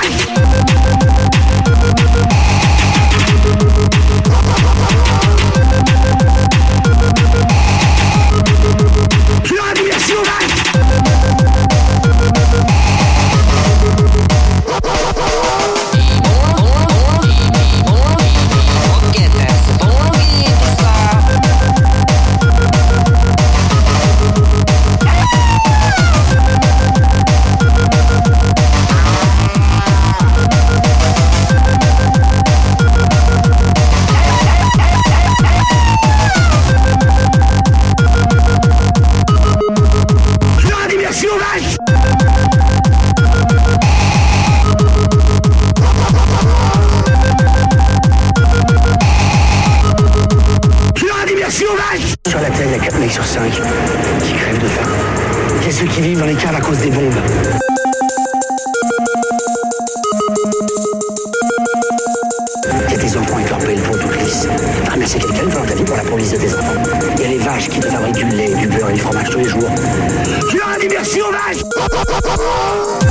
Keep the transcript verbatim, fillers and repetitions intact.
Sur la Terre, il y a quatre mecs sur cinq qui crèvent de faim. Il y a ceux qui vivent dans les caves à cause des bombes. Il y a tes enfants avec leur belle peau toute lisse. T'as ramassé quelqu'un de dans ta vie pour la police de tes enfants. Il y a les vaches qui te fabriquent du lait, du beurre et du fromage tous les jours. Tu leur as dit merci aux vaches.